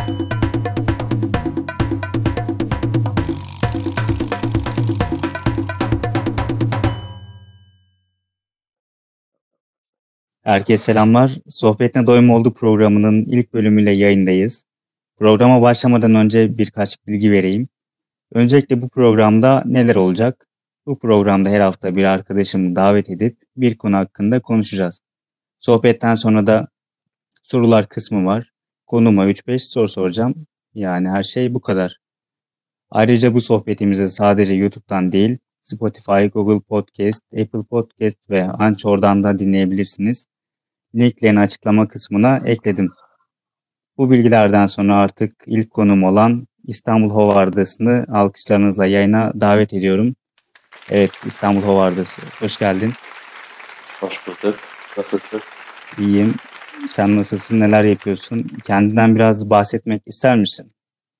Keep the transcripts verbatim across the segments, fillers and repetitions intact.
Herkese selamlar. Sohbetine Doyum Oldu programının ilk bölümüyle yayındayız. Programa başlamadan önce birkaç bilgi vereyim. Öncelikle bu programda neler olacak? Bu programda her hafta bir arkadaşımı davet edip bir konu hakkında konuşacağız. Sohbetten sonra da sorular kısmı var. Konuma üç beş soru soracağım. Yani her şey bu kadar. Ayrıca bu sohbetimizi sadece YouTube'dan değil, Spotify, Google Podcast, Apple Podcast ve Anchor'dan da dinleyebilirsiniz. Linklerini açıklama kısmına ekledim. Bu bilgilerden sonra artık ilk konum olan İstanbul Hovardası'nı alkışlarınızla yayına davet ediyorum. Evet, İstanbul Hovardası. Hoş geldin. Hoş bulduk. Nasılsın? İyiyim. Sen nasılsın? Neler yapıyorsun? Kendinden biraz bahsetmek ister misin?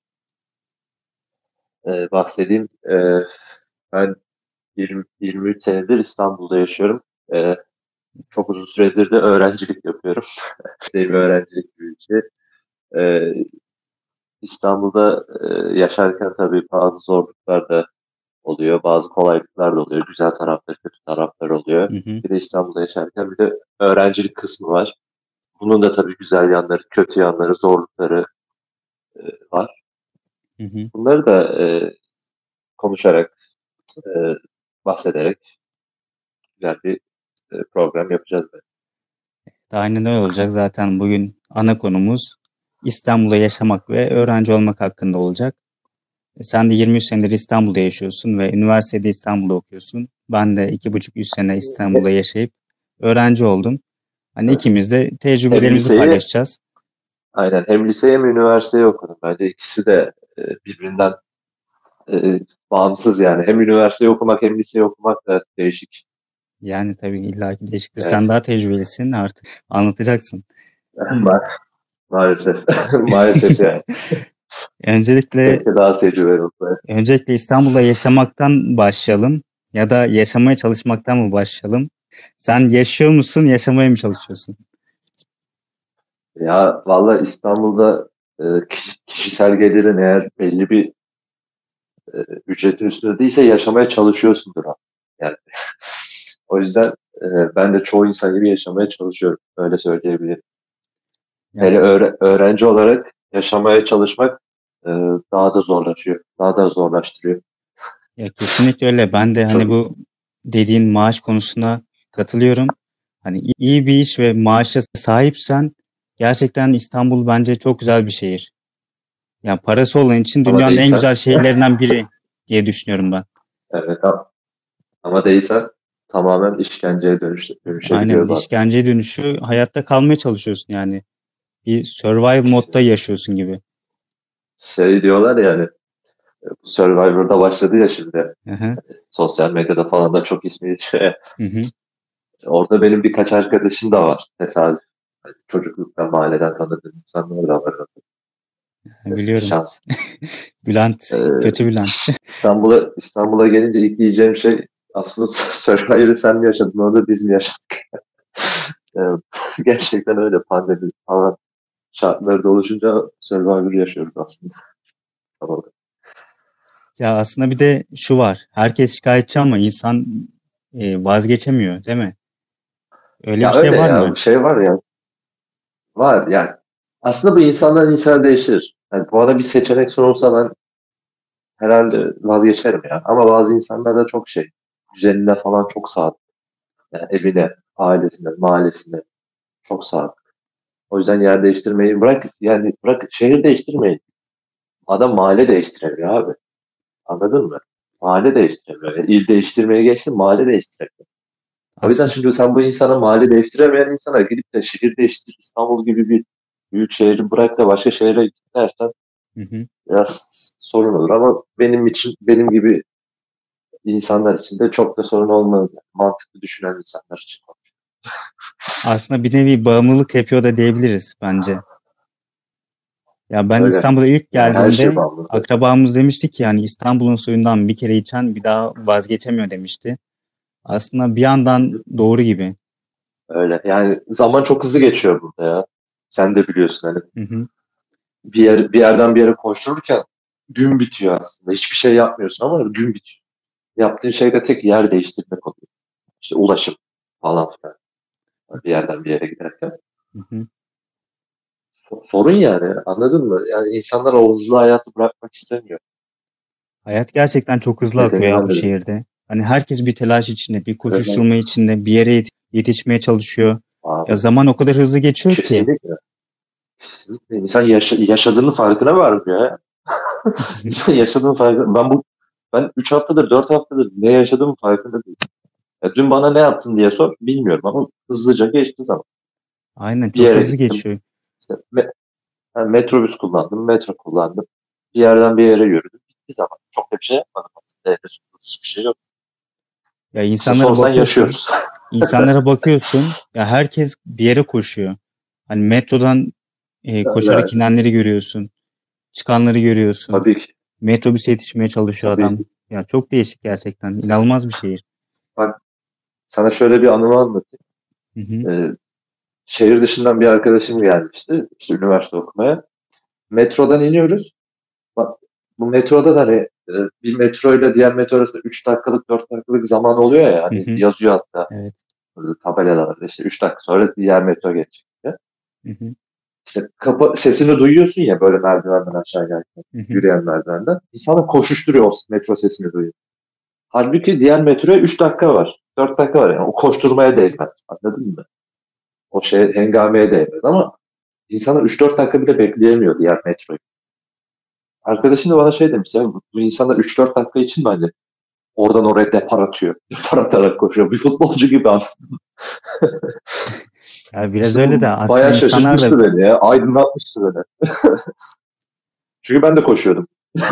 Ee, bahsedeyim. Ee, ben yirmi, yirmi üç senedir İstanbul'da yaşıyorum. Ee, çok uzun süredir de öğrencilik yapıyorum. İşte bir öğrencilik bir ülke. Ee, İstanbul'da e, yaşarken tabii bazı zorluklar da oluyor. Bazı kolaylıklar da oluyor. Güzel tarafları, kötü taraflar oluyor. Hı hı, Bir de İstanbul'da yaşarken bir de öğrencilik kısmı var. Bunun da tabii güzel yanları, kötü yanları, zorlukları e, var. hı hı. Bunları da e, konuşarak, e, bahsederek güzel bir e, program yapacağız. Ben. Aynen öyle olacak. Zaten bugün ana konumuz İstanbul'da yaşamak ve öğrenci olmak hakkında olacak. E, Sen de yirmi üç senedir İstanbul'da yaşıyorsun ve üniversitede İstanbul'da okuyorsun. Ben de iki buçuk üç sene İstanbul'da yaşayıp öğrenci oldum. Hani Evet. ikimiz de Hem tecrübelerimizi liseyi, paylaşacağız. aynen hem liseyi hem üniversiteyi okudum. Bence ikisi de e, birbirinden e, bağımsız yani. Hem üniversiteyi okumak hem liseyi okumak da değişik. Yani tabii illaki değişiktir. Yani, Sen daha tecrübelisin artık anlatacaksın. ma- maalesef. Maalesef yani. Öncelikle Keşke daha tecrübeli olsaydı. öncelikle İstanbul'da yaşamaktan başlayalım ya da yaşamaya çalışmaktan mı başlayalım? Sen yaşıyor musun, yaşamaya mı çalışıyorsun? Ya valla İstanbul'da e, kiş- kişisel gelirin eğer belli bir e, ücretin üstünde değilse yaşamaya çalışıyorsundur. abi. Yani o yüzden e, ben de çoğu insan gibi yaşamaya çalışıyorum. Öyle söyleyebilirim. Ya, Hele öğre- öğrenci olarak yaşamaya çalışmak e, daha da zorlaşıyor. Daha da zorlaştırıyor. ya kesinlikle öyle. Ben de hani Çok bu dediğin maaş konusuna katılıyorum. Hani iyi bir iş ve maaşa sahipsen gerçekten İstanbul bence çok güzel bir şehir. Yani parası olan için ama dünyanın en değilsen güzel şehirlerinden biri diye düşünüyorum ben. evet ama, ama değilsen tamamen işkenceye dönüş, Aynen dönüşebiliyor bazen. işkenceye dönüşüyor. Hayatta kalmaya çalışıyorsun yani. Bir survival modda Kesinlikle. yaşıyorsun gibi. Şey diyorlar yani bu Survivor'da başladı ya şimdi. Hı hı, Sosyal medyada falan da çok ismi geçiyor. hı hı. Orada benim birkaç arkadaşım da var. Tesadüf. Hani çocukluktan, mahalleden tanıdığım insanlar da var. Biliyorum. Şans. Bülent, Ee, kötü Bülent. İstanbul'a İstanbul'a gelince ilk diyeceğim şey aslında Survivor'ı sen mi yaşadın orada biz mi yaşadık? Ee, gerçekten öyle pandemi falan şartları da oluşunca Survivor yaşıyoruz aslında. Tamam. Ya aslında bir de şu var. Herkes şikayetçi ama insan e, vazgeçemiyor, değil mi? Öyle bir Ya şey öyle var ya mı? bir şey var ya var yani aslında bu insandan insana değişir. Yani bu arada bir seçenek sunulsa ben herhalde vazgeçerim ya. Ama bazı insanlar da çok şey düzenine falan çok sadık. Yani evine, ailesine, mahallesine çok sadık. O yüzden yer değiştirmeyi bırak yani bırak şehir değiştirmeyin. Adam mahalle değiştiremiyor abi. Anladın mı? Mahalle değiştiremiyor. Yani il değiştirmeye geçtim mahalle değiştiremiyor. O yüzden Aslında şimdi sen bu insana mahalle değiştiremeyen insana gidip de şehir değiştir İstanbul gibi bir büyük şehri bırak da başka şehre git dersen hı hı. biraz sorun olur ama benim için benim gibi insanlar için de çok da sorun olmaz. Yani. Mantıklı düşünen insanlar için. Aslında bir nevi bağımlılık yapıyor da diyebiliriz bence. Ya ben Öyle. İstanbul'a ilk Yani her şey geldiğimde bağlı. akrabamız demişti ki yani İstanbul'un suyundan bir kere içen bir daha vazgeçemiyor demişti. Aslında bir yandan doğru gibi. Öyle. Yani zaman çok hızlı geçiyor burada ya. Sen de biliyorsun hani. Hı hı. bir yer bir yerden bir yere koştururken gün bitiyor aslında. Hiçbir şey yapmıyorsun ama gün bitiyor. Yaptığın şey de tek yer değiştirmek oluyor. İşte ulaşım falan filan. Bir yerden bir yere giderken. Hı hı. Sorun yani, anladın mı? Yani insanlar o hızlı hayatı bırakmak istemiyor. Hayat gerçekten çok hızlı akıyor ya bu Nedeniyle de. şehirde. Hani herkes bir telaş içinde, bir Evet. koşuşturma içinde, bir yere yet- yetişmeye çalışıyor. Ya Abi, zaman o kadar hızlı geçiyor ki. kesinlikle. Kesinlikle. İnsan yaşa, yaşadığının farkına varmıyor ya. İnsan yaşadığının farkına. Ben bu ben üç haftadır, dört haftadır ne yaşadığımın farkında değilim. Ya dün bana ne yaptın diye sor. Bilmiyorum ama hızlıca geçti zaman. Aynen Bir çok yere hızlı gittim. geçiyor. İşte me- yani metrobüs kullandım, metro kullandım. Bir yerden bir yere yürüdüm. Bitti zaman. Çok da bir şey yapmadım. Aslında. Hiçbir şey yok. Ya İşte insanlara sorsan bakıyorsun, yaşıyoruz. insanlara bakıyorsun. Ya herkes bir yere koşuyor. Hani metrodan e, koşarak Evet. inenleri görüyorsun, çıkanları görüyorsun. Tabii ki. Metrobüse yetişmeye çalışıyor Tabii adam. ki. Ya çok değişik gerçekten. İnanılmaz bir şehir. Bak, sana şöyle bir anımı anlatayım. Hı hı, Ee, şehir dışından bir arkadaşım gelmişti. İşte üniversite okumaya. Metrodan iniyoruz. Bak, bu metroda da hani e, bir metro ile diğer metro arasında üç dakikalık dört dakikalık zaman oluyor ya. hı Hani hı, yazıyor hatta evet. böyle tabelalarda işte üç dakika sonra diğer metro geçecek diye. Hı hı, İşte kapı, sesini duyuyorsun ya böyle merdivenden aşağı gelirken. hı hı. Yürüyen merdivenden. İnsanlar koşuşturuyor o metro sesini duyuyor. Halbuki diğer metroya üç dakika var. dört dakika var yani. O koşturmaya değmez. Anladın mı? O şey hengameye değmez ama insanlar üç dört dakika bile bekleyemiyor diğer metroyu. Arkadaşım da bana şey demiş ya bu, bu insanlar üç dört dakika için mi hani oradan oraya depar atıyor. Depar atarak koşuyor. Bir futbolcu gibi aslında. Ya biraz İşte öyle de bu aslında bayağı insanlar da şaşırtmıştı beni ya. Aydınlatmıştı beni. Çünkü ben de koşuyordum.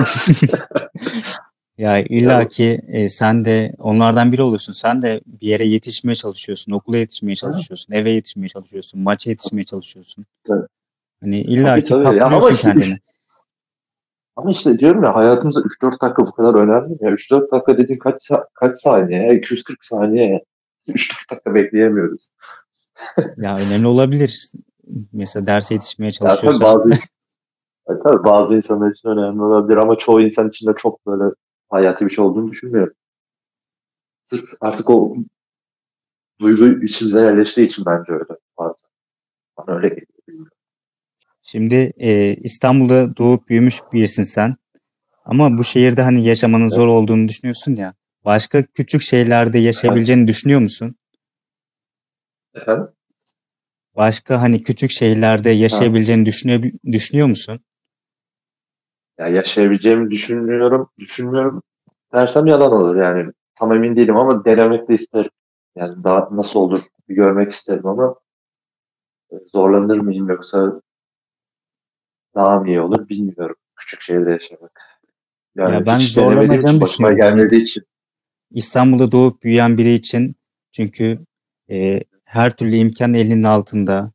ya Ya, illaki e, sen de onlardan biri oluyorsun. Sen de bir yere yetişmeye çalışıyorsun, okula yetişmeye hı, çalışıyorsun, eve yetişmeye çalışıyorsun, maça yetişmeye çalışıyorsun. tabii Hani tabii. illaki tabii. Ya ama kaptırıyorsun işte kendini. üç, ama işte diyorum ya hayatımızda üç dört dakika bu kadar önemli mi? Ya üç dört dakika dediğin kaç sa- kaç saniye ya? iki yüz kırk saniye ya. üç dört dakika bekleyemiyoruz. Ya önemli olabilir. Mesela derse yetişmeye Ya tabii çalışıyorsan. bazı ya tabii bazı insanlar için önemli olabilir ama çoğu insan için de çok böyle hayati bir şey olduğunu düşünmüyorum. Sırf artık o duygu içimize yerleştiği için bence öyle. Bazen. Bana öyle geliyor. Bilmiyorum. Şimdi e, İstanbul'da doğup büyümüş birisin sen. Ama bu şehirde hani yaşamanın Evet. zor olduğunu düşünüyorsun ya. Başka küçük şehirlerde Efendim? yaşayabileceğini düşünüyor musun? Efendim? Başka hani küçük şehirlerde Ha. yaşayabileceğini düşünüyor, düşünüyor musun? Ya yaşayabileceğimi düşünmüyorum. Düşünmüyorum dersem yalan olur yani. Tam emin değilim ama denemek de isterim. Yani daha nasıl olur bir görmek isterim ama e, zorlanır mıyım yoksa daha mı iyi olur bilmiyorum. Küçük şehirde yaşamak. Ya Yani ben hiç denemediğim zorlanacağını için, başıma düşünüyorum. Hani gelmediği için. İstanbul'da doğup büyüyen biri için çünkü e, her türlü imkan elinin altında.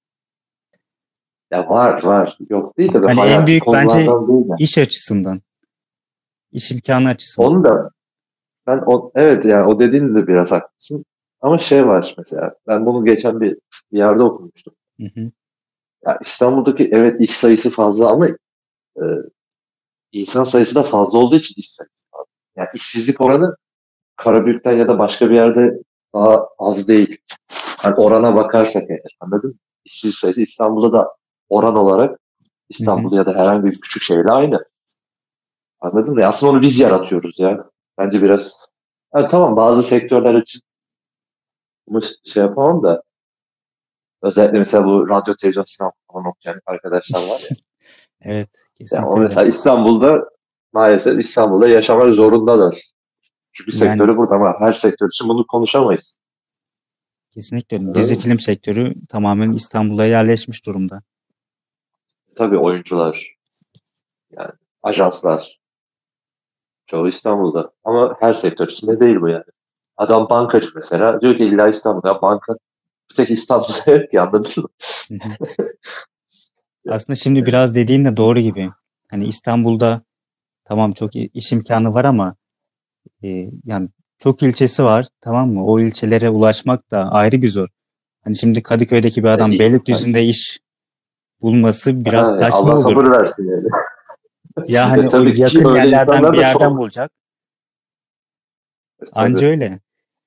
Ya var var. Yok değil de Hani en hayati büyük bence konulardan değil de. iş açısından, iş imkanı açısından. Onu da ben o, evet yani o dediğin de biraz haklısın. Ama şey var mesela ben bunu geçen bir, bir yerde okumuştum. Hı hı, Ya İstanbul'daki evet iş sayısı fazla ama e, insan sayısı da fazla olduğu için iş sayısı fazla. Yani işsizlik oranı Karabük'ten ya da başka bir yerde daha az değil. Yani orana bakarsak eğer anladın mı? İşsiz sayısı İstanbul'da da oran olarak hı hı. İstanbul ya da herhangi bir küçük şehirle aynı. Anladın mı? Aslında onu biz yaratıyoruz ya. Bence biraz. Yani tamam bazı sektörler için bunu şey yapamam da özellikle mesela bu radyo televizyon sinema falan okuyan arkadaşlar var ya. Evet, Yani o kesinlikle öyle. mesela İstanbul'da maalesef İstanbul'da yaşamak zorundalar. Çünkü Yani sektörü burada ama her sektör için bunu konuşamayız. kesinlikle öyle. Anladın Dizi mı? film sektörü tamamen İstanbul'a yerleşmiş durumda. Tabii oyuncular, yani ajanslar çoğu İstanbul'da. Ama her sektör içinde değil bu yani. Adam bankacı mesela. Diyor ki illa İstanbul'da banka bir tek İstanbul'da yok ki anladın mı? Hı hı. Aslında şimdi biraz dediğin de doğru gibi. Hani İstanbul'da tamam çok i- iş imkanı var ama e, yani çok ilçesi var, tamam mı? O ilçelere ulaşmak da ayrı bir zor. Hani şimdi Kadıköy'deki bir E, adam İ- Beylikdüzü'nde iş bulması biraz Ha, saçma Allah olur. sabır versin yani. Ya E, hani o tabii ki yakın öyle yerlerden insanlar bir da yerden çok. bulacak. E, tabii. Anca öyle.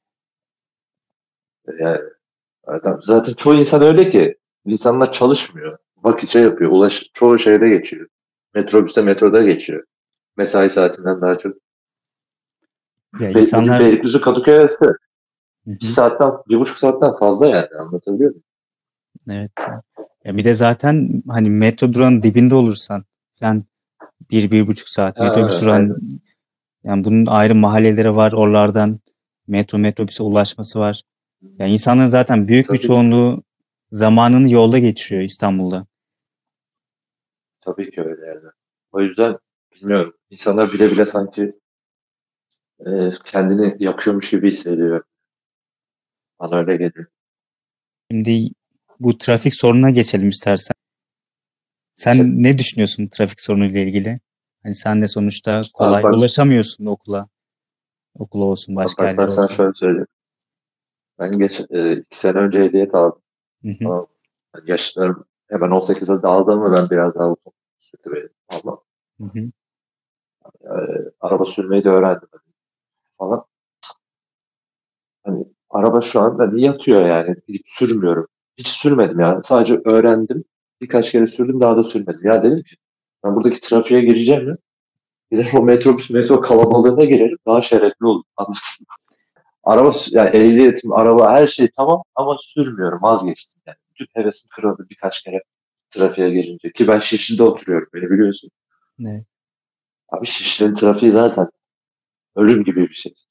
Yani, zaten, zaten çoğu insan öyle ki insanlar çalışmıyor. Vakit şey yapıyor. Ulaş, çoğu şeyde geçiyor. Metrobüste metroda geçiyor. Mesai saatinden daha çok. Ya Be, bugün insanlar Beylikdüzü Kadıköy arası hı bir hı, saatten, bir buçuk saatten fazla yani, anlatabiliyor muyum? evet. Ya bir de zaten hani metro durağının dibinde olursan falan bir, bir buçuk saat Ha, metrobüs durağının aynen. yani bunun ayrı mahalleleri var. Oralardan metro metrobüse ulaşması var. Yani insanların zaten büyük bir Tabii, çoğunluğu zamanını yolda geçiriyor İstanbul'da. tabii ki öyle yani. O yüzden bilmiyorum. İnsanlar bile bile sanki e, kendini yakıyormuş gibi hissediyor. Bana öyle geliyor. Şimdi bu trafik sorununa geçelim istersen. Geçelim. Sen ne düşünüyorsun trafik sorunuyla ilgili? Hani sen de sonuçta Abi kolay ben, ulaşamıyorsun okula. Okula olsun, abi başka bak ben yerlere sana olsun. şöyle söyleyeyim. Ben geç e, iki sene önce ehliyet aldım. Hı hı, Tamam. Yani yaşlarım hemen on sekize daldı ama ben biraz daha uzun sürdü benim. Ama hı hı. e, araba sürmeyi de öğrendim falan. Hani araba şu anda niye yatıyor yani? Hiç sürmüyorum. Hiç sürmedim yani. Sadece öğrendim. Birkaç kere sürdüm, daha da sürmedim. Ya dedim ki ben buradaki trafiğe gireceğim ya. Bir de o metrobüs metro kalabalığına girerim. Daha şerefli olur. Anladın mı? Araba yani ehliyetim, araba her şey tamam ama sürmüyorum. Vazgeçtim yani. Bütün hevesim kırıldı birkaç kere trafiğe girince. Ki ben Şişli'de oturuyorum. Beni biliyorsun. Evet. Abi Şişli'nin trafiği zaten ölüm gibi bir şey.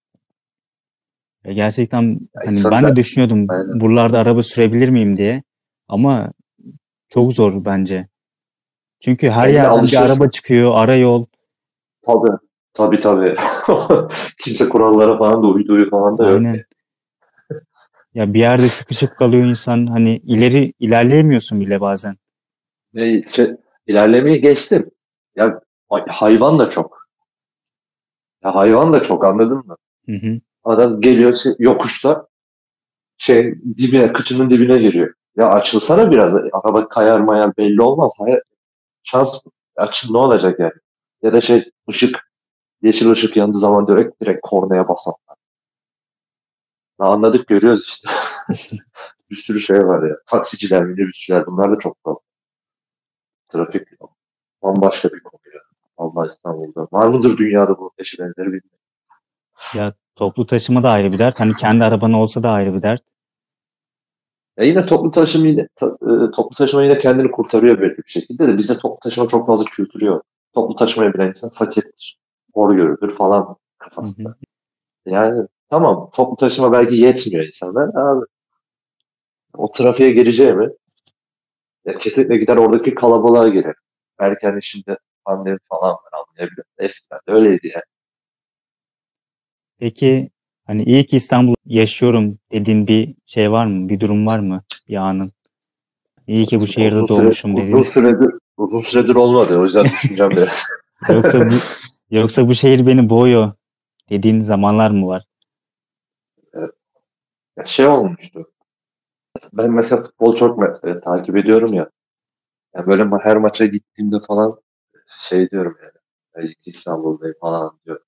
Ya gerçekten Ya hani insan ben da de düşünüyordum aynen. buralarda araba sürebilir miyim diye. Ama çok zor bence. Çünkü her Ya yine yerden bir alışırsın. araba çıkıyor, ara yol. Tabii. Tabii tabii. Kimse kurallara falan da uyduğu falan da yok. Aynen. Ya bir yerde sıkışıp kalıyor insan. Hani ileri ilerleyemiyorsun bile bazen. Ve şey, ilerlemeyi geçtim. Ya hay- hayvan da çok. Ya hayvan da çok, anladın mı? Hı hı. Adam geliyor şey- yokuşta şey dibine, kıçının dibine giriyor. Ya açılsana biraz. Araba kayar mayar belli olmaz. Hayır, şans açıl, ne olacak yani? Ya da şey ışık, yeşil ışık yandığı zaman direkt direkt kornaya basan. Ne anladık, görüyoruz işte. Bir sürü şey var ya. Taksiciler, minibüsçüler, bunlar da çok problem. Trafik bambaşka bir konu ya. Allah, İstanbul'da. Var mıdır dünyada bunun eşi benzeri bilmiyorum. Ya toplu taşıma da ayrı bir dert. Hani kendi araban olsa da ayrı bir dert. Ya yine toplu taşıma yine, ta- e, toplu taşıma yine kendini kurtarıyor belli bir şekilde de bizde toplu taşıma çok fazla kültürü yok. Toplu taşımaya binen insan fakirdir. Hor görülür falan Hı hı. kafasında. Yani tamam, toplu taşıma belki yetmiyor insanlar. Abi, o trafiğe gireceğimi ya kesinlikle gider oradaki kalabalığa girer. Belki hani şimdi pandemi falan var, anlayabilirim. Eskiden de öyleydi yani. Peki hani iyi ki İstanbul'da yaşıyorum dediğin bir şey var mı? Bir durum var mı? Bir anın. İyi ki bu Uzun şehirde süre doğmuşum uzun dediğin. süredir uzun süredir olmadı. O yüzden düşüneceğim biraz. Yoksa bu yoksa bu şehir beni boğuyor dediğin zamanlar mı var? Evet. Ya şey olmuştu. Ben mesela futbol çok me- e, takip ediyorum ya. Yani böyle ma- her maça gittiğimde falan şey diyorum yani. "Ya iyi ki İstanbul'dayım" falan diyorum.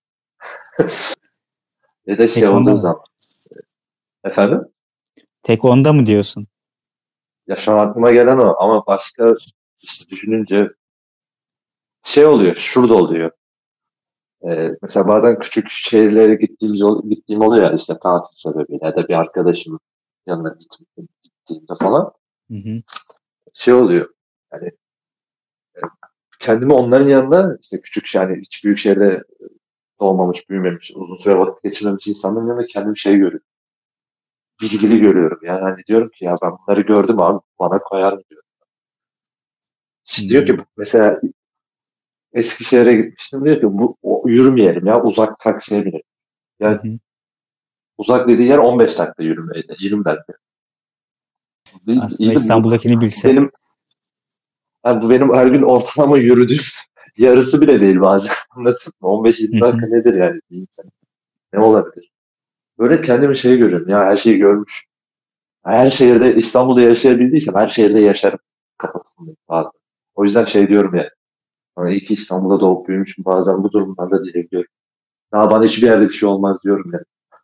Ya da şey Tek onda olduğu mı? zaman. Efendim? Tek onda mı diyorsun? Ya şu an aklıma gelen o ama başka işte düşününce şey oluyor. Şurada oluyor. Ee, mesela bazen küçük şehirlere gittiğim, yol- gittiğim oluyor ya, işte tatil sebebiyle ya da bir arkadaşımın yanına gittim, gittiğimde falan Hı hı. şey oluyor. Yani e, kendimi onların yanında işte küçük yani hiç büyük şehirde doğmamış, büyümemiş, uzun süre vakit geçirmemiş insanların yanında kendimi şey görüyorum. Bilgili görüyorum. Yani hani diyorum ki ya ben bunları gördüm abi, bana koyar mı diyorum. İşte diyor Hmm. ki mesela Eskişehir'e gitmiştim, diyor ki bu o, yürümeyelim ya, uzak taksiye binelim. Hı Yani hı. uzak dediği yer on beş dakika yürümeydi. yirmi dakika. İyi, Aslında iyi de bu, İstanbul'dakini bu bilse. benim yani bu benim her gün ortalama yürüdüğüm yarısı bile değil bazen. Anladın mı? Hı on beş yirmi hı. dakika nedir yani bir insan? Ne olabilir? Böyle kendimi şey görüyorum ya, her şeyi görmüş. Her şehirde İstanbul'da yaşayabildiysem her şehirde yaşarım. kafasındayım bazen. O yüzden şey diyorum ya. Hani iyi ki İstanbul'da doğup büyümüşüm, bazen bu durumlarda diyebiliyorum. Daha bana hiçbir yerde bir şey olmaz diyorum ya.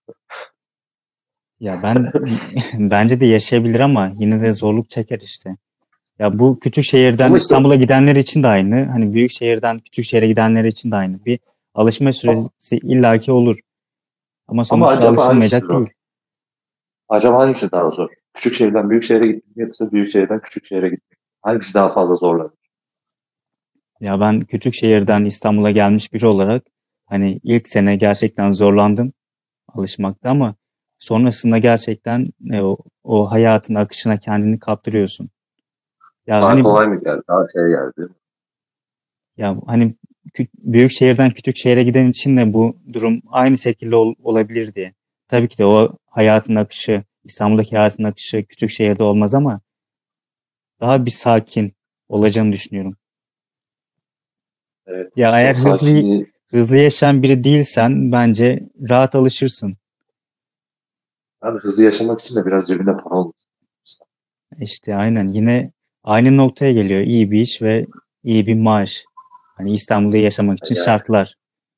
Ya ben bence de yaşayabilir ama yine de zorluk çeker işte. Ya bu küçük şehirden Ama işte İstanbul'a gidenler için de aynı. Hani büyük şehirden küçük şehre gidenler için de aynı. Bir alışma süresi illaki olur. Ama ama sonuçta acaba hangisi alışılmayacak zor? değil. Acaba hangisi daha zor? Küçük şehirden büyük şehre gitmek mi yoksa büyük şehirden küçük şehre gitmek mi? Hangisi daha fazla zorlar? Ya ben küçük şehirden İstanbul'a gelmiş biri olarak hani ilk sene gerçekten zorlandım alışmakta ama sonrasında gerçekten e, o, o hayatın akışına kendini kaptırıyorsun. Ya Daha hani kolay mı geldi? Daha şey geldi. ya hani kü- büyük şehirden küçük şehre giden için de bu durum aynı şekilde ol- olabilir diye. Tabii ki de o hayatın akışı, İstanbul'daki hayatın akışı küçük şehirde olmaz ama daha bir sakin olacağını düşünüyorum. Evet. Ya İşte o eğer hızlı sakinliği, hızlı yaşayan biri değilsen bence rahat alışırsın. abi hızlı yaşamak için de biraz cebinde para olması. İşte aynen yine aynı noktaya geliyor. İyi bir iş ve iyi bir maaş. Hani İstanbul'da yaşamak için Yani şartlar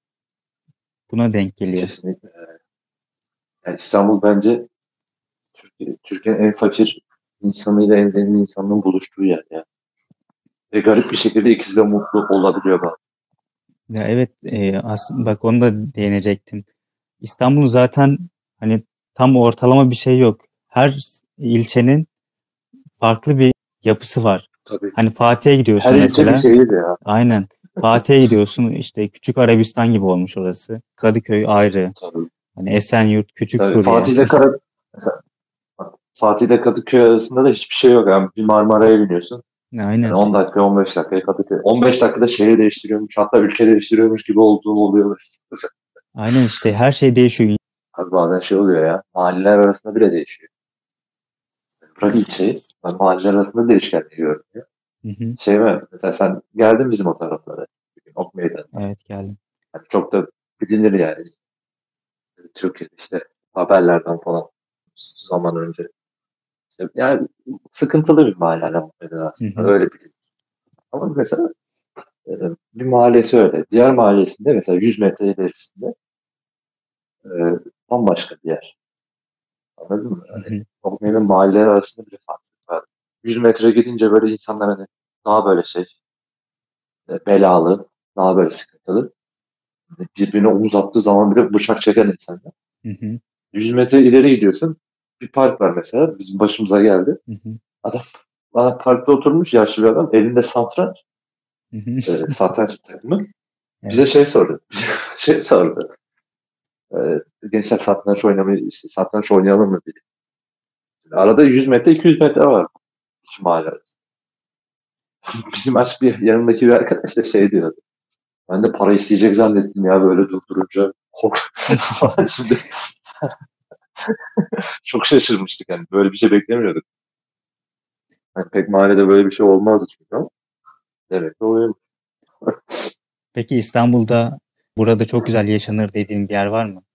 buna denk geliyor. kesinlikle. Yani İstanbul bence Türkiye- Türkiye'nin en fakir insanıyla en zengin insanının buluştuğu yer ya. Ve garip bir şekilde ikisi de mutlu olabiliyor bazen. Ya evet, e, aslında bak onu da değinecektim. İstanbul zaten hani tam ortalama bir şey yok. Her ilçenin farklı bir yapısı var. Tabii. Hani Fatih'e Her gidiyorsun ilçe bir mesela. şehir ya. Aynen. Fatih'e gidiyorsun işte Küçük Arabistan gibi olmuş orası. Kadıköy ayrı. Tabii. Hani Esenyurt, Küçük Tabii. Suriye. Fatih ile Kara mesela Fatih ile Kadıköy arasında da hiçbir şey yok. Yani bir Marmara'ya biniyorsun. Yani Aynen. on dakika on beş dakikaya Kadıköy. on beş dakikada şehir değiştiriyormuş. Hatta ülke değiştiriyormuş gibi olduğu oluyor. Aynen işte her şey değişiyor. Abi bazen şey oluyor ya. Mahalleler arasında bile değişiyor. Bırak ilçeyi. Ben mahalleler arasında değişkenlik görüyorum ya. Hı hı. Şey mi? Mesela sen geldin bizim o taraflara. Ok Meydanı'na. Evet geldim. Yani çok da bilinir yani. Türkiye'de işte haberlerden falan zaman önce. İşte yani sıkıntılı bir mahalle Ok Meydanı Hı aslında. hı. Öyle bilinir. Ama mesela e, bir mahallesi öyle. Diğer mahallesinde mesela yüz metre ilerisinde e, bambaşka bir yer. Anladın mı? Hı Yani hı. Ok Meydanı mahalleler arasında bile fark var. yüz metre gidince böyle insanlar hani daha böyle şey e, belalı, daha böyle sıkıntılı. Birbirine omuz attığı zaman bile bıçak çeken insanlar. Hı hı. yüz metre ileri gidiyorsun. Bir park var mesela. Bizim başımıza geldi. Hı hı. Adam bana parkta oturmuş yaşlı bir adam. Elinde satranç. Hı hı. E, satranç takımı. Evet. Bize şey sordu. şey sordu. E, gençler satranç oynamayı, işte satranç oynayalım mı dedi. Arada yüz metre iki yüz metre var. İki mahalle arası. Bizim aşk bir yanımdaki bir arkadaş da şey diyordu. Ben de para isteyecek zannettim ya böyle durdurunca. Kork falan şimdi çok şaşırmıştık yani. Böyle bir şey beklemiyorduk. Yani pek mahallede böyle bir şey olmazdı çünkü ama demek ki oluyor. Peki İstanbul'da burada çok güzel yaşanır dediğin bir yer var mı?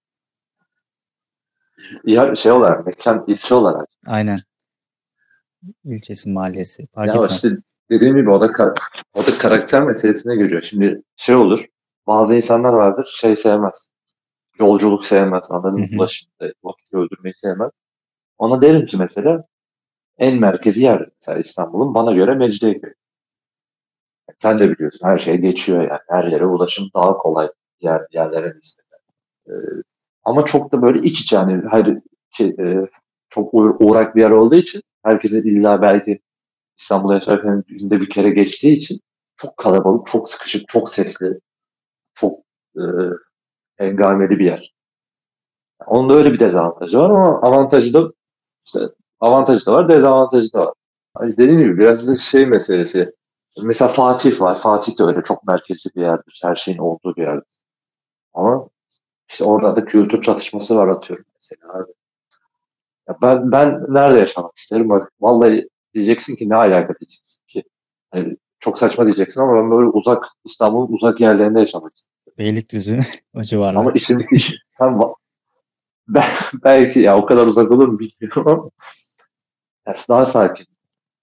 Ya şey olarak, mekan ilçe olarak. Aynen. İlçesi, mahallesi. Fark Ya etmez. işte dediğim gibi o da, kar- o da karakter meselesine giriyor. Şimdi şey olur, bazı insanlar vardır şey sevmez. Yolculuk sevmez, anladın Hı mı? hı. Ulaşımda vakit öldürmeyi sevmez. Ona derim ki mesela en merkezi yer mesela İstanbul'un bana göre Mecidiyeköy. Sen de biliyorsun her şey geçiyor yani. Her yere ulaşım daha kolay diğer yerlere nispeten. Ee, ama çok da böyle iç içe yani hayır, şey, e, çok uğra- uğrak bir yer olduğu için herkesin illa belki İstanbul'a yaşarken günde bir kere geçtiği için çok kalabalık, çok sıkışık, çok sesli, çok e, hengameli bir yer. Onun da öyle bir dezavantajı var ama avantajı da işte avantajı da var, dezavantajı da var. Hani dediğim gibi biraz da şey meselesi. Mesela Fatih var. Fatih de öyle çok merkezi bir yerdir. Her şeyin olduğu bir yerdir. Ama işte orada da kültür çatışması var atıyorum mesela. Abi. Ya ben ben nerede yaşamak isterim? Bak, vallahi diyeceksin ki ne alaka diyeceksin ki. Yani çok saçma diyeceksin ama ben böyle uzak İstanbul'un uzak yerlerinde yaşamak isterim. Beylikdüzü o civarlar. Ama işim iş ben, ben belki ya o kadar uzak olur mu bilmiyorum ama yani daha sakin.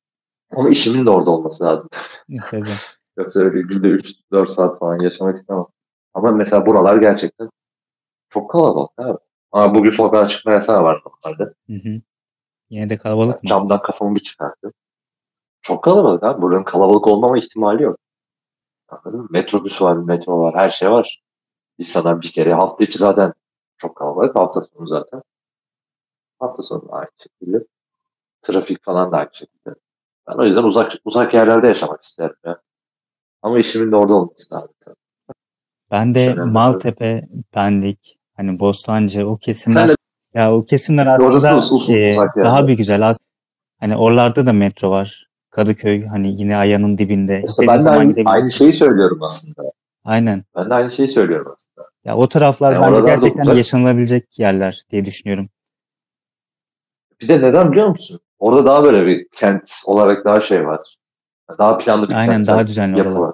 Ama işimin de orada olması lazım. E, tabii. Yoksa öyle günde üç dört saat falan yaşamak istemem. Ama mesela buralar gerçekten çok kalabalık abi. Ama bugün sokağa çıkma yasağı var normalde. Hı hı. Yine de Mesela kalabalık mı? camdan kafamı bir çıkarttım. Çok kalabalık abi. Buranın kalabalık olmama ihtimali yok. Anladın mı? Metrobüs var, metro var, her şey var. İnsanlar bir kere hafta içi zaten çok kalabalık. Hafta sonu zaten. Hafta sonu da aynı şekilde. Trafik falan da aynı şekilde. Ben o yüzden uzak uzak yerlerde yaşamak isterim ya. Ama işimin de orada olması lazım. Ben İş de önemli abi. Maltepe, Pendik, hani Bostancı o Sen kesimler de ya o kesimler orası aslında uz- uz- e, uzak daha yerler. bir güzel. Az, hani oralarda da metro var. Kadıköy hani yine ayağının dibinde. İşte İstediğin ben de zaman aynı, aynı gidebilirsin. şeyi söylüyorum aslında. Aynen. Ben de aynı şeyi söylüyorum aslında. Ya o taraflar Yani bence oralar da gerçekten uzak. yaşanılabilecek yerler diye düşünüyorum. Bir de neden biliyor musun? Orada daha böyle bir kent olarak daha şey var. Daha planlı bir Aynen kentsel daha düzenli yapı oralar. var.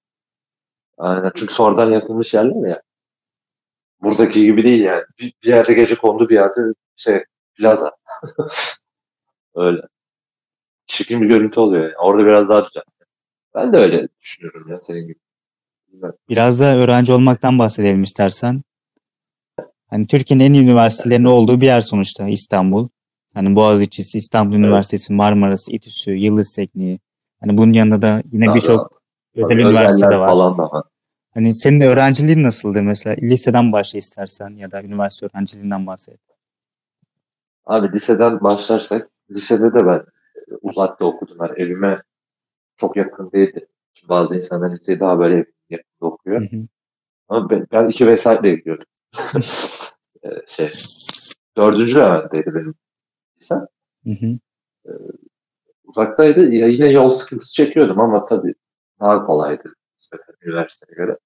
Aynen. Çünkü sonradan yapılmış yerler ya. Buradaki gibi değil yani. Bir, bir yerde gece kondu bir yerde şey plaza. Öyle. Çirkin bir görüntü oluyor yani. Orada biraz daha güzel. Ben de öyle düşünüyorum ya senin gibi. Bilmiyorum. Biraz da öğrenci olmaktan bahsedelim istersen. Hani Türkiye'nin en iyi Evet, üniversitelerinin evet. olduğu bir yer sonuçta İstanbul. Hani Boğaziçi'si, İstanbul Evet. Üniversitesi, Marmara'sı, İTÜ'sü, Yıldız Tekniği. Hani bunun yanında da yine Daha da birçok özel tabii üniversite de özeller var. falan da var. Hani senin öğrenciliğin nasıldı mesela? Liseden başla istersen ya da üniversite öğrenciliğinden bahset. Abi liseden başlarsak, lisede de ben uzakta okudum. Yani evime çok yakın değildi. Şimdi bazı insanlar liseyi daha böyle yakında Hı okuyor. hı. Ama ben, ben iki vesaitle gidiyordum. Ee, şey, dördüncü Levent'teydi benim lisem. Hı hı. Uzaktaydı. Ya yine yol sıkıntısı çekiyordum ama tabii daha kolaydı nispeten üniversiteye göre.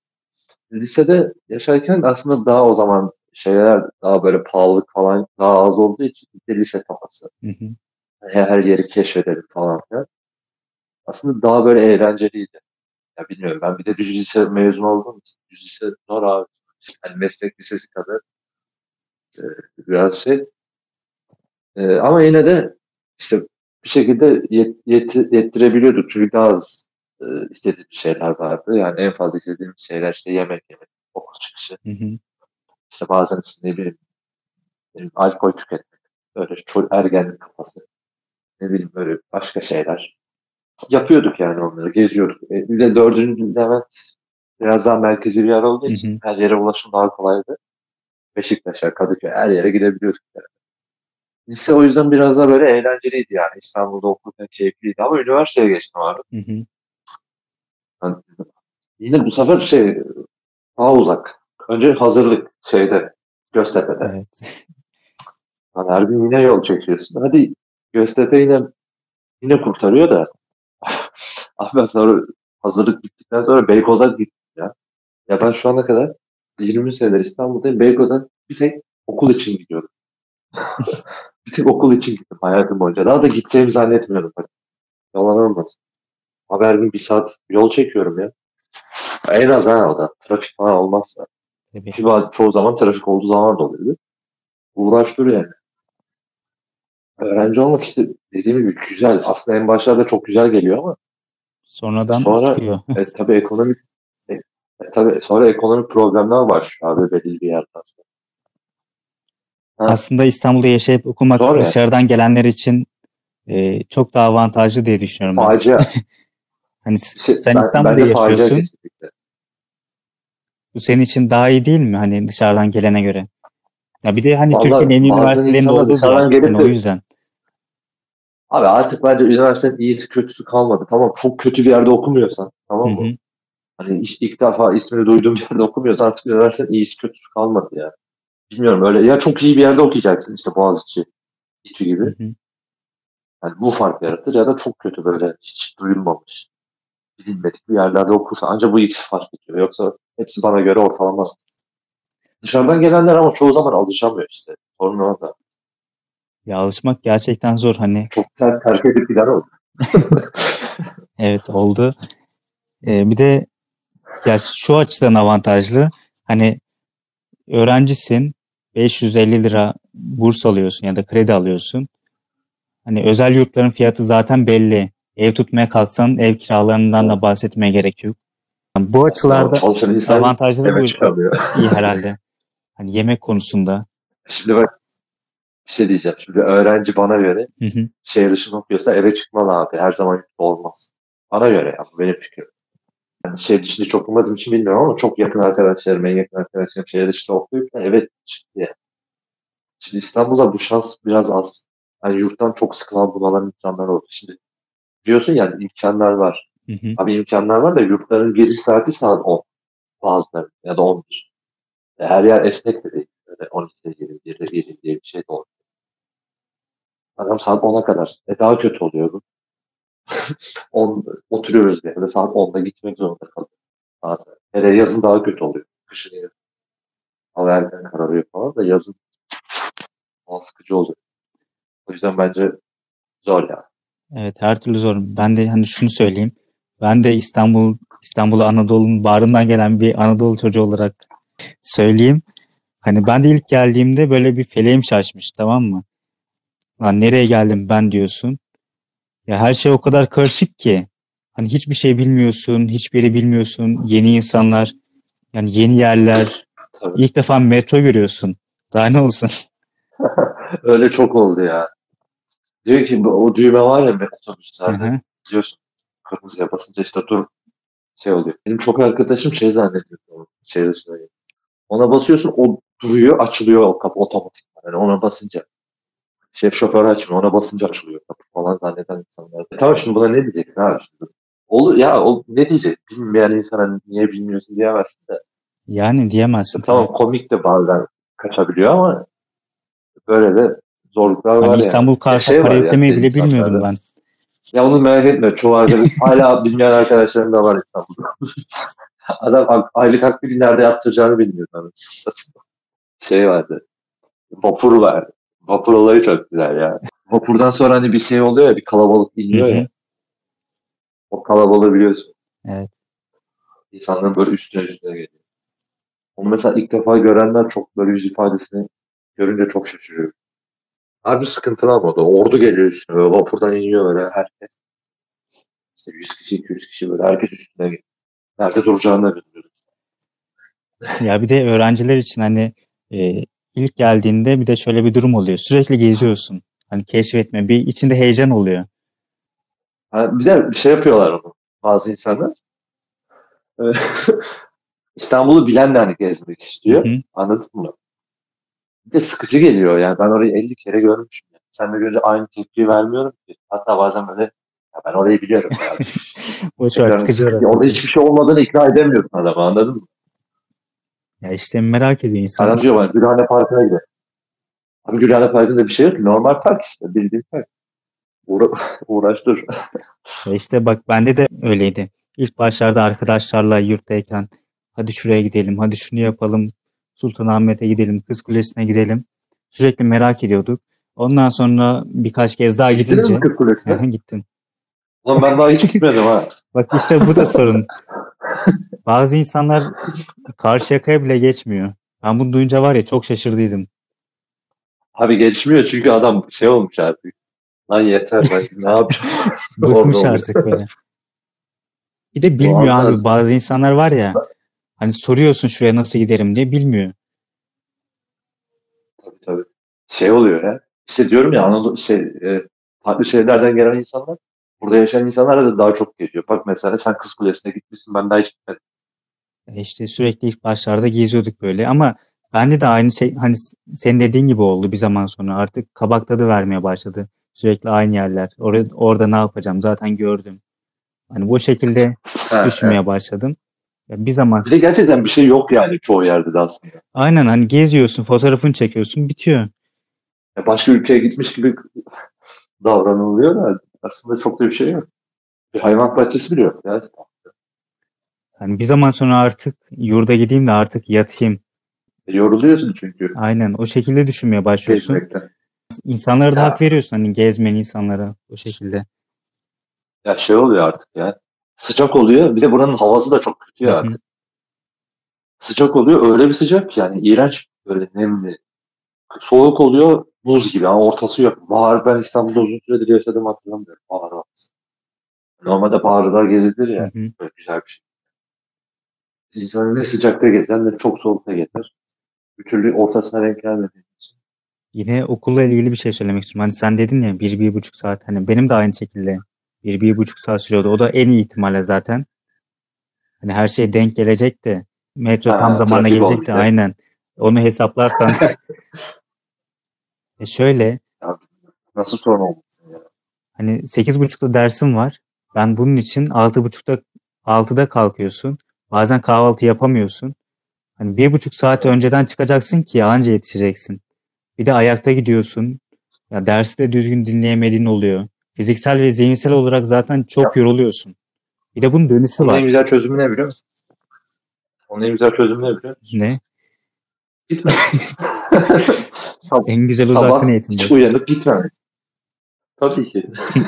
Lisede yaşarken aslında daha o zaman şeyler daha böyle pahalılık falan daha az olduğu için bir de lise kafası. Hı hı. Her, her yeri keşfedelim falan filan. Aslında daha böyle eğlenceliydi. Ya bilmiyorum ben bir de düz lise mezun olduğum için düz lise zor abi. Yani meslek lisesi kadar e, biraz şey. E, ama yine de işte bir şekilde yet, yet- yettirebiliyorduk. Çünkü daha az e, istediğimiz şeyler vardı. Yani en fazla istediğimiz şeyler işte yemek yemek, okul çıkışı. Hı hı. İşte bazen işte ne bileyim, ne bileyim, alkol tüketmek. Böyle ço- ergenlik kafası. Ne bileyim böyle başka şeyler. Yapıyorduk yani onları, geziyorduk. E, bir de dördüncü Levent biraz daha merkezi bir yer olduğu Hı için hı. her yere ulaşım daha kolaydı. Beşiktaş'a, Kadıköy her yere gidebiliyorduk. Yani. Lise o yüzden biraz daha böyle eğlenceliydi yani. İstanbul'da okurken keyifliydi ama üniversiteye geçtim abi. Hı hı. Yani yine bu sefer şey daha uzak. Önce hazırlık şeyde Göztepe'de. Evet. Yani her gün yine yol çekiyorsun. Hadi Göztepe yine yine kurtarıyor da. Abi ben sonra hazırlık bittikten sonra Beykoz'a gittim ya. Ya ben şu ana kadar yirmi senedir İstanbul'dayım. Beykoz'a bir tek okul için gidiyorum. Bir tek okul için gittim hayatım boyunca. Daha da gideceğimi zannetmiyorum. Bak. Yalan olmasın. Abi her gün bir saat yol çekiyorum ya. En az ha o da. Trafik falan olmazsa. Tabii. Ki bazı, çoğu zaman trafik olduğu zaman da oluyordu. Uğraştırıyor yani. Öğrenci olmak işte dediğim gibi güzel. Aslında en başlarda çok güzel geliyor ama Sonradan sonra sıkıyor. e, tabii ekonomik e, e, tabii sonra ekonomik problemler var abi belirli bir yerden sonra. Ha, Aslında İstanbul'da yaşayıp okumak zor ya. dışarıdan gelenler için e, çok daha avantajlı diye düşünüyorum ben. Facia. Hani s- Bir şey, sen ben, İstanbul'da bence facia yaşıyorsun. kesinlikle. Bu senin için daha iyi değil mi? Hani dışarıdan gelene göre. Ya bir de hani Türkiye'nin Vallahi en iyi bazen üniversitelerinde insanlar olduğu bir dışarıdan yer. Hani gelip o de yüzden. abi artık bence üniversitenin iyisi kötüsü kalmadı. Tamam çok kötü bir yerde okumuyorsan Hı tamam mı? hı. Hani ilk, ilk defa ismini duyduğum bir yerde okumuyorsan artık üniversitenin iyisi kötüsü kalmadı ya. Bilmiyorum öyle. Ya çok iyi bir yerde okuyacaksın işte Boğaziçi, İTÜ Hı gibi. hı. Yani bu fark yaratır ya da çok kötü böyle hiç duyulmamış, bilinmedik bir yerlerde okursan ancak bu ikisi fark ediyor. Yoksa hepsi bana göre ortalama. Dışarıdan gelenler ama çoğu zaman alışamıyor işte. Sorun orada. Ya alışmak gerçekten zor. Hani Çok sert terk edip giden oldu. evet oldu. E, bir de ya şu açıdan avantajlı. Hani öğrencisin. beş yüz elli lira burs alıyorsun ya da kredi alıyorsun. Hani özel yurtların fiyatı zaten belli. Ev tutmaya kalksan ev kiralarından da bahsetmeye gerek yok. Yani bu Aslında açılarda çalışan insan avantajları eve bu çıkamıyor. iyi herhalde. Hani yemek konusunda. Şimdi bak bir şey diyeceğim. Şimdi öğrenci bana göre Hı hı. şehir dışında okuyorsa eve çıkmalı abi. Her zaman yurtta olmaz. Bana göre yani benim fikrim. Yani şehir dışında çok okumadığım için bilmiyorum ama çok yakın arkadaşlarım, en yakın arkadaşlarım şehir dışında okuyorken evet çıktı yani. Şimdi İstanbul'da bu şans biraz az. Hani yurttan çok sıkılan bunalan insanlar oldu. Şimdi diyorsun yani imkanlar var. Hı hı. Abi imkanlar var da yurtların giriş saati saat on bazıları ya da on bir. Her yer esnek de değil. Böyle on ikide gelin, birde gelin diye bir şey de olmuyor. Adam saat ona kadar. E daha kötü oluyor bu. on, oturuyoruz bir yerde saat onda gitmek zorunda kalıyoruz. Bazen. Hele yazın daha kötü oluyor. Kışın yine hava erken kararıyor falan da yazın daha sıkıcı oluyor. O yüzden bence zor ya. Evet, her türlü zor. Ben de hani şunu söyleyeyim. Ben de İstanbul İstanbul Anadolu'nun bağrından gelen bir Anadolu çocuğu olarak söyleyeyim. Hani ben de ilk geldiğimde böyle bir feleğim şaşmış, tamam mı? Lan nereye geldim ben diyorsun. Ya her şey o kadar karışık ki. Hani hiçbir şey bilmiyorsun, hiçbir yeri bilmiyorsun. Yeni insanlar, yani yeni yerler. Tabii. İlk defa metro görüyorsun. Daha ne olsun? Öyle çok oldu ya. Diyor ki bu- o düğme var ya Hı otobüslerde hı. biliyorsun kırmızıya basınca işte dur şey oluyor. Benim çok arkadaşım şey zannediyor onu şey dışında. Ona basıyorsun o duruyor açılıyor o kapı otomatik. Yani ona basınca şef şoför açmıyor ona basınca açılıyor kapı falan zanneden insanlar. E tamam şimdi buna ne diyeceksin abi şimdi? Olur ya o ne diyecek? Bilmeyen insana niye bilmiyorsun diyemezsin de. Yani E diyemezsin tabii. tamam komik de bazen kaçabiliyor ama böyle de zorluklar Hani var yani. İstanbul Ya Kart'a şey para var ya bir yüklemeyi de bile bilmiyordum insanlarda. ben. Ya onu merak etme. Çoğu arkadaş hala bilmeyen arkadaşlarım da var İstanbul'da. Adam a- aylık akbili nerede yaptıracağını bilmiyor. Yani. Şey vardı. Vapur vardı. Vapur olayı çok güzel ya. Vapurdan sonra hani bir şey oluyor ya bir kalabalık Hı iniyor ya. hı. O kalabalığı biliyorsun. Evet. İnsanların böyle üstüne üstüne geliyor. Onu mesela ilk defa görenler çok böyle yüz ifadesini görünce çok şaşırıyor. Harbi sıkıntılı ama o da. Ordu geliyor üstüne. Böyle vapurdan iniyor böyle herkes. İşte yüz kişi iki yüz kişi böyle herkes üstüne geliyor. Nerede duracağını da bilmiyor. Ya bir de öğrenciler için hani e, ilk geldiğinde bir de şöyle bir durum oluyor. Sürekli geziyorsun. Hani keşfetme, bir içinde heyecan oluyor. Ha, bir de bir şey yapıyorlar onu bazı insanlar. Ee, İstanbul'u bilen de hani gezmek Hı istiyor. hı. Anladın mı? Bir de sıkıcı geliyor yani. Ben orayı elli kere görmüşüm. Yani. Sen de görünce aynı tepkiyi vermiyorum ki. Hatta bazen böyle ya ben orayı biliyorum ya. Boş ver, Tekrar sıkıcı sıkıcı. orası. Orada hiçbir şey olmadığını ikna edemiyorsun adamı anladın mı? Ya işte merak ediyor insan. Adam diyor bana Gülhane Parkı'na gidelim. Abi Gülhane Parkı'nda bir şey yok ki. Normal park işte. Bildiğin park. Uğra uğraştır. Ya işte bak, bende de öyleydi. İlk başlarda arkadaşlarla yurttayken hadi şuraya gidelim, hadi şunu yapalım, Sultanahmet'e gidelim, Kız Kulesi'ne gidelim. Sürekli merak ediyorduk. Ondan sonra birkaç kez daha Gittiniz mi gidince Kız Kulesi'ne? gittim. Ulan ben daha hiç gitmedim ha. Bak işte bu da sorun. Bazı insanlar Karşıyaka'ya bile geçmiyor. Ben bunu duyunca var ya çok şaşırdıydım. Abi geçmiyor çünkü adam şey olmuş artık. Lan yeter ben ne yapacağım orada Bıkmış oluyor. artık böyle. Bir de O bilmiyor anlar abi. Bazı insanlar var ya, hani soruyorsun şuraya nasıl giderim diye, bilmiyor. tabii tabii. Şey oluyor ya. İşte diyorum ya Anadolu şey e, farklı şehirlerden gelen insanlar burada yaşayan insanlar da daha çok geliyor. Bak mesela sen Kız Kulesi'ne gitmişsin ben daha hiç gitmedim. E İşte sürekli ilk başlarda geziyorduk böyle ama bende de aynı şey, hani s- senin dediğin gibi oldu bir zaman sonra. Artık kabak tadı vermeye başladı. Sürekli aynı yerler. Orada, orada ne yapacağım zaten gördüm. Hani bu şekilde Ha, evet. düşünmeye başladım. Ya bir zaman Bir de gerçekten bir şey yok yani çoğu yerde de aslında. aynen, hani geziyorsun, fotoğrafını çekiyorsun, bitiyor. Ya başka ülkeye gitmiş gibi davranılıyor da aslında çok da bir şey yok. Bir hayvan bahçesi bile yok ya. Hani bir zaman sonra artık yurda gideyim de artık yatayım. E, yoruluyorsun çünkü Aynen o şekilde düşünmeye başlıyorsun. gezmekten. İnsanlara da hak Ya, veriyorsun, hani gezmeyen insanlara o şekilde. ya şey oluyor artık ya. Sıcak oluyor. Bir de buranın havası da çok kötü Hı ya hı. artık. Sıcak oluyor. Öyle bir sıcak ki yani iğrenç. Böyle nemli. Soğuk oluyor. Buz gibi. Yani ortası yok. Bahar, ben İstanbul'da uzun süredir yaşadım, hatırlamıyorum. Bahar havası. Normalde baharda gezilir Hı ya. hı. Böyle güzel bir şey. İnsanı ne sıcakta gezer ne çok soğukta gezer. Bir türlü ortasına denk gelmedi. Yine okulla ilgili bir şey söylemek istiyorum. Hani sen dedin ya bir, bir buçuk saat. Hani benim de aynı şekilde bir, bir buçuk saat sürüyordu. O da en iyi ihtimalle zaten. Hani her şey denk gelecek de metro tam Ha, zamanına trafik gelecek de olmayacak. aynen. Onu hesaplarsan e şöyle Ya, nasıl sorun olmasın ya? hani sekiz buçukta dersim var. Ben bunun için altı buçukta altıda kalkıyorsun. Bazen kahvaltı yapamıyorsun. Hani bir buçuk saat Evet. önceden çıkacaksın ki anca yetişeceksin. Bir de ayakta gidiyorsun. Ya dersi de düzgün dinleyemediğin oluyor. Fiziksel ve zihinsel olarak zaten çok Ya, yoruluyorsun. Bir de bunun dönüşü onun en var. güzel çözümü ne biliyor musun? Onun en güzel çözümü ne biliyor musun? Ne? Gitme. Sab- En güzel uzaktan Sabah eğitim hiç diyorsun. uyanıp gitmemek. Tabii ki.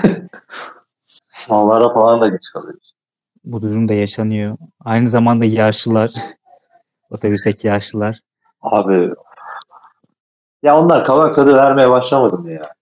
Sınavlara falan da geç kalıyoruz. Bu durum da yaşanıyor. Aynı zamanda yaşlılar, otobüsteki yaşlılar. Abi, ya onlar kavak tadı vermeye başlamadı mı ya?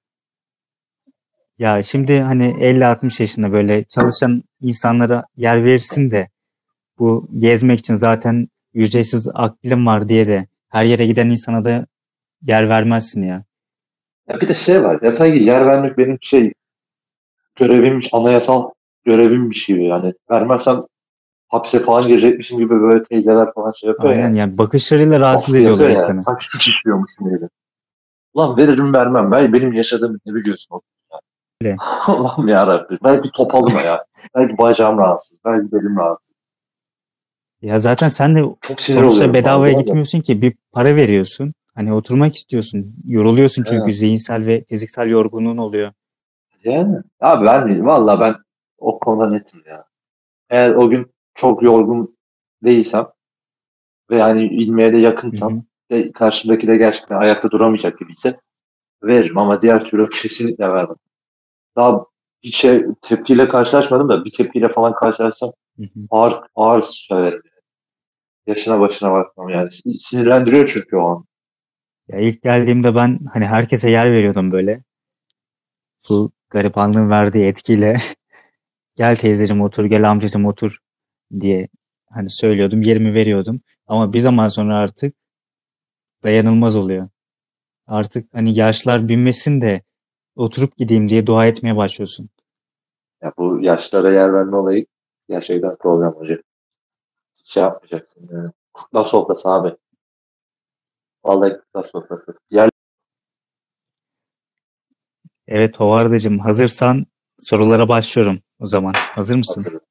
Ya şimdi hani elli altmış yaşında böyle çalışan insanlara yer verirsin de bu gezmek için zaten ücretsiz akbilim var diye de her yere giden insana da yer vermezsin ya. Ya bir de şey var. Ya sanki yer vermek benim şey görevim, anayasal görevimmiş gibi yani. Vermezsem hapse falan girecekmişim gibi böyle teyzeler falan şey yapıyor Aynen ya. yani bakışlarıyla rahatsız Baskı ediyorlar yapıyor ya. insanı. Sanki suç işliyormuşum gibi. Ulan veririm vermem. Ben benim yaşadığım ne biliyorsun? Öyle. Allah'ım yarabbim. Belki topalım ya. Belki bacağım rahatsız. Belki belim rahatsız. Ya zaten sen de Çok sinir sonuçta oluyorum bedavaya bazen de. gitmiyorsun ki bir para veriyorsun. Hani oturmak istiyorsun. Yoruluyorsun çünkü Evet. zihinsel ve fiziksel yorgunluğun oluyor. Yani. Abi ben valla ben o konuda netim ya. Eğer o gün çok yorgun değilsem ve yani inmeye de Hı yakınsam hı. ve karşımdaki de gerçekten ayakta duramayacak gibiyse veririm ama diğer türlü kesinlikle vermem. Daha hiç şey, tepkiyle karşılaşmadım da bir tepkiyle falan karşılaşsam Hı hı. ağır ağır söylerim. Yaşına başına bakmam yani. Sinirlendiriyor çünkü o an. Ya ilk geldiğimde ben hani herkese yer veriyordum böyle. Bu garibanlığın verdiği etkiyle gel teyzeciğim otur, gel amcacığım otur diye hani söylüyordum, yerimi veriyordum. Ama bir zaman sonra artık dayanılmaz oluyor. Artık hani yaşlar binmesin de oturup gideyim diye dua etmeye başlıyorsun. Ya bu yaşlara yer verme olayı gerçekten program hocam. Şey yapmayacaksın yani. Kurtlar sofrası abi. Vallahi kurtlar sofrası. Yer Evet Hovardacığım hazırsan sorulara başlıyorum o zaman. Hazır mısın? hazır.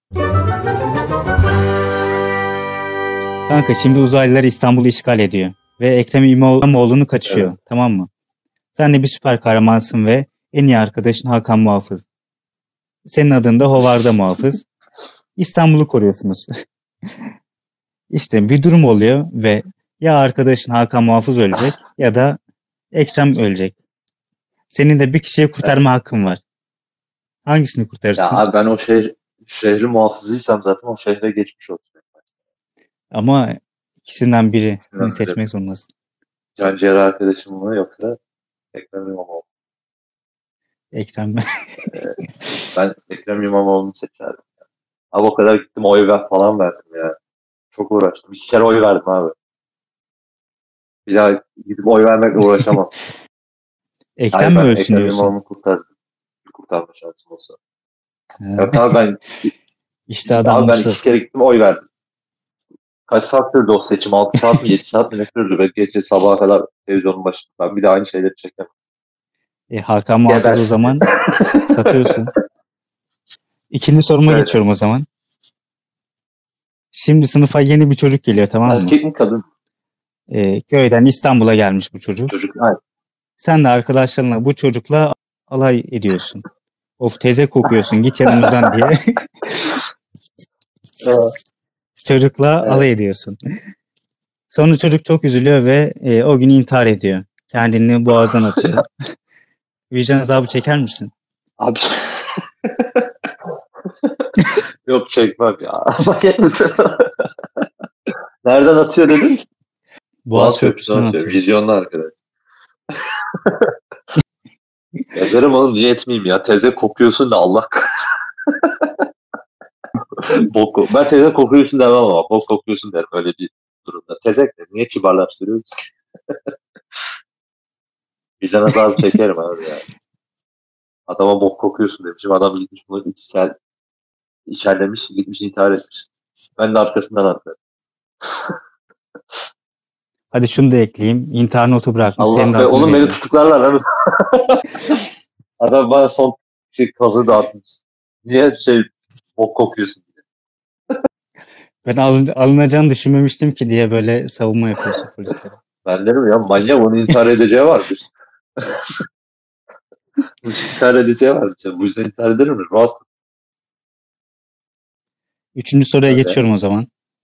Kanka şimdi uzaylılar İstanbul'u işgal ediyor ve Ekrem İmamoğlu'nu Evet. kaçıyor, tamam mı? Sen de bir süper kahramansın ve en iyi arkadaşın Hakan Muhafız. Senin adın da Hovarda Muhafız. İstanbul'u koruyorsunuz. İşte bir durum oluyor ve ya arkadaşın Hakan Muhafız ölecek ya da Ekrem ölecek. Senin de bir kişiyi Evet. kurtarma hakkın var. Hangisini Ya kurtarırsın? abi ben o şehir, şehri muhafızıysam zaten o şehre geçmiş olsun. Ama ikisinden birini Bilmem öyle. seçmek zorundasın. Can ciğer arkadaşım mı yoksa Ekrem İmamoğlu. Ekrem. Ben Ekrem İmamoğlu'nu seçerdim. Abi o kadar gittim oy ver falan verdim ya. Çok uğraştım. İki kere oy verdim abi. Bir daha gidip oy vermekle uğraşamam. Ekrem Hayır, mi ben ölsün Ekrem diyorsun? İmamoğlu'nu kurtardım. Kurtarma şansım olsa. Ha, Yok abi ben İşte iki, abi ben adamlısı. iki kere gittim oy verdim. Kaç saat sürdü o seçim? Altı saat mi yedi saat mi ne sürdü? Ve gece sabaha kadar televizyonun başında. Ben bir de aynı şeyleri çekemem. E, Hakan Muhafız'ı o Geber. zaman satıyorsun. İkinci soruma Şöyle. geçiyorum o zaman. Şimdi sınıfa yeni bir çocuk geliyor, tamam mı? Erkek mi kadın? E, köyden İstanbul'a gelmiş bu çocuk. Çocuk. Hayır. Sen de arkadaşlarınla bu çocukla alay ediyorsun. Of teze kokuyorsun git yanımızdan diye Evet. çocukla Evet. alay ediyorsun. Sonra çocuk çok üzülüyor ve e, o gün intihar ediyor. Kendini boğazdan atıyor. Vicdan azabı çeker misin? Abi yok çekmem ya. Manyak mısın? Nereden atıyor dedin? Boğaz Boğaz Köprüsü'nden Köprüsü'nden atıyor. atıyor. Vizyonlu arkadaş. Ederim oğlum, niye etmeyeyim ya? Teze kokuyorsun da Allah bok kok- Ben teze kokuyorsun demem ama bok kokuyorsun derim öyle bir durumda. Tezek de niye kibarlaştırıyoruz? Vicdan azabı çekerim abi ya. Adama bok kokuyorsun demişim. Adam gitmiş bunu içsel, içerlemiş, gitmiş intihar etmiş. Ben de arkasından atlarım. Hadi şunu da ekleyeyim. İntihar notu bırakmış. Senin de Allah be, adını oğlum beni veriyor. tutuklarlar lan. Adam bana son şey, kazı dağıtmış. Niye şey bok kokuyorsun? Ben alın, alınacağını düşünmemiştim ki diye böyle savunma yapıyorsun polislere. Ben derim ya, manyak, onu intihar edeceği vardır. intihar edeceği vardır. Bu yüzden intihar eder mi? Rahatsız. Üçüncü soruya Öyle. geçiyorum o zaman.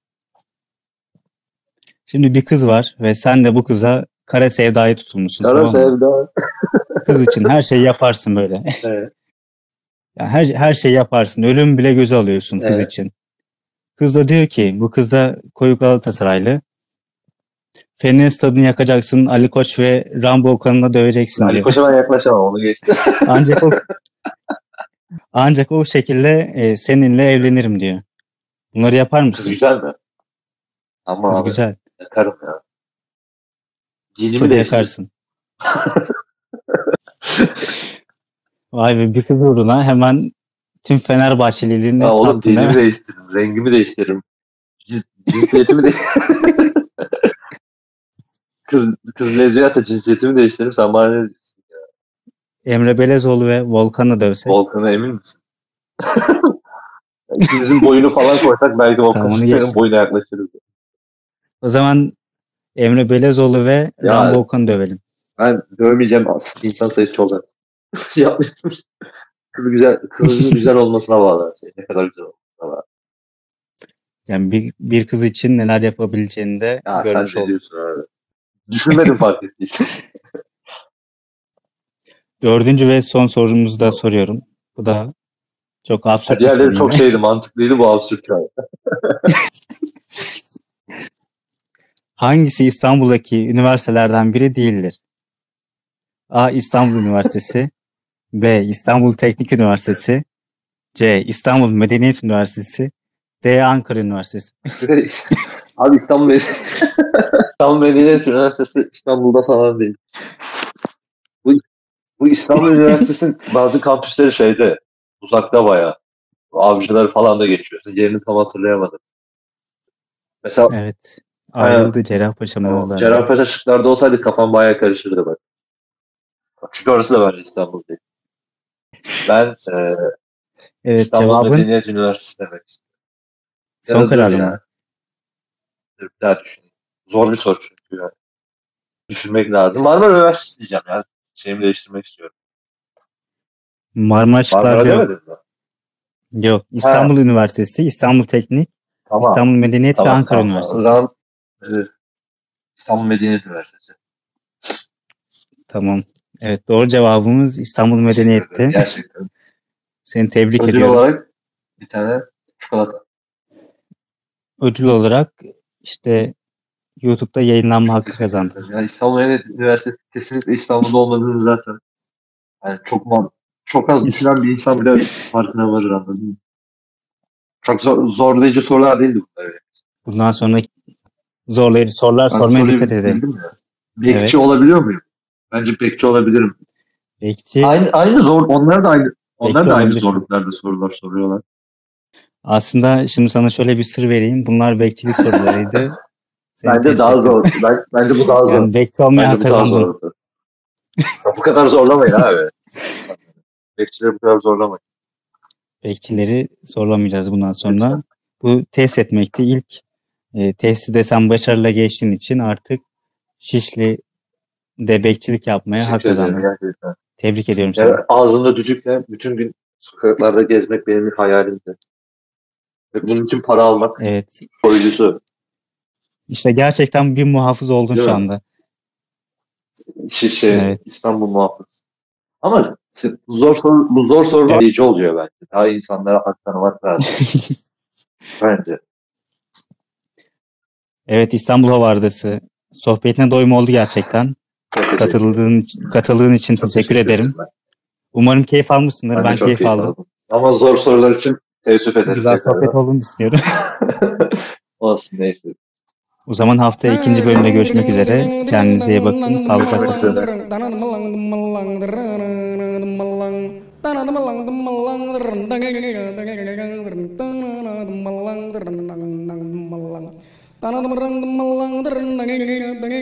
Şimdi bir kız var ve sen de bu kıza kara sevdaya tutulmuşsun. Kara Tamam mı? sevda. Kız için her şeyi yaparsın böyle. Evet. Yani her, her şeyi yaparsın. Ölüm bile göze alıyorsun kız Evet. için. Kız da diyor ki bu kız da koyu Galatasaraylı. Fener'in stadını yakacaksın. Ali Koç ve Rambo Okan'la döveceksin Ali diyor. Koç'a ben yaklaşamam, onu geçti. Ancak o ancak o şekilde e, seninle evlenirim diyor. Bunları yapar Kız mısın? güzel mi? Ama Kız abi güzel. yakarım ya. Dinimi Stadı değiştir. yakarsın. Vay be, bir kız uğruna hemen tüm Fenerbahçeliliğini Ya oğlum, sattın değil dinimi mi? değiştiririm. Rengimi değiştiririm. Cins, cinsiyetimi değiştiririm. kız, kız lezzetse cinsiyetimi değiştiririm. Sen bana ne diyorsun? Emre Belezoğlu ve Volkan'ı dövsek. Volkan'a emin misin? İkimizin boyunu falan koysak belki Tamam, onu Volkan'ın geçtim. boyuna yaklaşırız. O zaman Emre Belezoğlu ve Rambo Ya Okan'ı dövelim. ben dövmeyeceğim. Aslında insan sayısı çok az. Yapmıştım. Kız güzel, kızın güzel olmasına bağlı her şey. Ne kadar güzel olmasına bağlı. Yani bir, bir kız için neler yapabileceğini de Ya sen görmüş ne olduk. diyorsun abi? Düşünmedim, fark ettiysen. Dördüncü ve son sorumuzu da soruyorum. Bu da çok absürt bir soru Diğerleri çok yine. şeydi, mantıklıydı, bu absürt yani. Hangisi İstanbul'daki üniversitelerden biri değildir? A. İstanbul Üniversitesi, B. İstanbul Teknik Üniversitesi, C. İstanbul Medeniyet Üniversitesi, D. Ankara Üniversitesi. Abi İstanbul, İstanbul Medeniyet Üniversitesi İstanbul'da falan değil. Bu, bu İstanbul Üniversitesi'nin bazı kampüsleri şeyde, uzakta bayağı. Avcılar falan da geçiyor. Yerini tam hatırlayamadım. Mesela Evet. ha, Ayrıldı Cerrahpaşa tamam. Moğollarından. Cerrahpaşa şıklarda olsaydı kafam bayağı karışırdı bak. Çünkü orası da bence İstanbul değil. Ben e, Evet, İstanbul cevabın Medeniyet Üniversitesi demek istiyorum. Ya son da dur kararı mı? ya. Dur, bir daha düşüneyim. Zor bir soru çünkü ya. Düşünmek lazım. Marmara Üniversitesi diyeceğim ya. Şeyimi değiştirmek istiyorum. Marmara şıklarda Marmara yok. demedim mi? Yok. Ha, İstanbul Üniversitesi, İstanbul Teknik, tamam. İstanbul Medeniyet ve Tamam Ankara tamam tamam. O Üniversitesi. zaman e, İstanbul Medeniyet Üniversitesi. Tamam. Evet, doğru cevabımız İstanbul Teşekkür ederim. Medeniyet'ti. Gerçekten. Seni tebrik Ödül ediyorum. olarak bir tane çikolata. Ödül olarak işte YouTube'da yayınlanma hakkı Teşekkür kazandın. ederim. Yani İstanbul Medeniyet Üniversitesi kesinlikle İstanbul'da olmadığını zaten. Yani çok man çok az düşünen bir insan bile farkına varır, anladın mı? Çok zor, zorlayıcı sorular değildi bunlar. Yani. Bundan sonra zorlayıcı sorular Ben sormaya soruyu dikkat edelim. bildim ya. Bekçi Evet. olabiliyor muyum? Bence bekçi olabilirim. Bekçi, Aynı aynı zor. Onlar da aynı. Onlar bekçi da aynı olabilirsin. zorluklarda sorular soruyorlar. Aslında şimdi sana şöyle bir sır vereyim. Bunlar bekçilik sorularıydı. Seni Bence test daha ettim. zor. Ben, bence bu daha zor. Yani bekçi olmaya Bence hak bu daha kazandın. zordu. Bu kadar zorlamayın abi. Bekçileri bu kadar zorlamayın. Bekçileri zorlamayacağız bundan Lütfen. sonra. Bu test etmekti. İlk e, testi de sen başarıyla geçtiğin için artık Şişli'de bekçilik yapmaya hak Teşekkür ederim kazandın. gerçekten. Tebrik ediyorum seni. Yani ağzımda düdükle bütün gün sokaklarda gezmek benim bir hayalimdi. Ve bunun için para almak Evet. koyucusu. İşte gerçekten bir muhafız oldun Değil şu mi? anda. Şey, şey, Evet. İstanbul muhafız. Ama işte bu zor soru, bu zor sorular Evet. iyice oluyor bence. Daha insanlara hak tanımak lazım. Bence. Evet, İstanbul Havardası. Sohbetine doyum oldu gerçekten. Çok teşekkür ederim. Katıldığın, katıldığın için Çok teşekkür ederim. ben. Umarım keyif almışsındır. Ben de Ben çok keyif keyif aldım. aldım. Ama zor sorular için teessüf ederim Güzel sohbet tekrardan. olduğunu düşünüyorum. Olsun neyse. O zaman haftaya ikinci bölümde görüşmek üzere. Kendinize iyi bakın. Sağlıcakla Görüşmek kalın. üzere. Tanah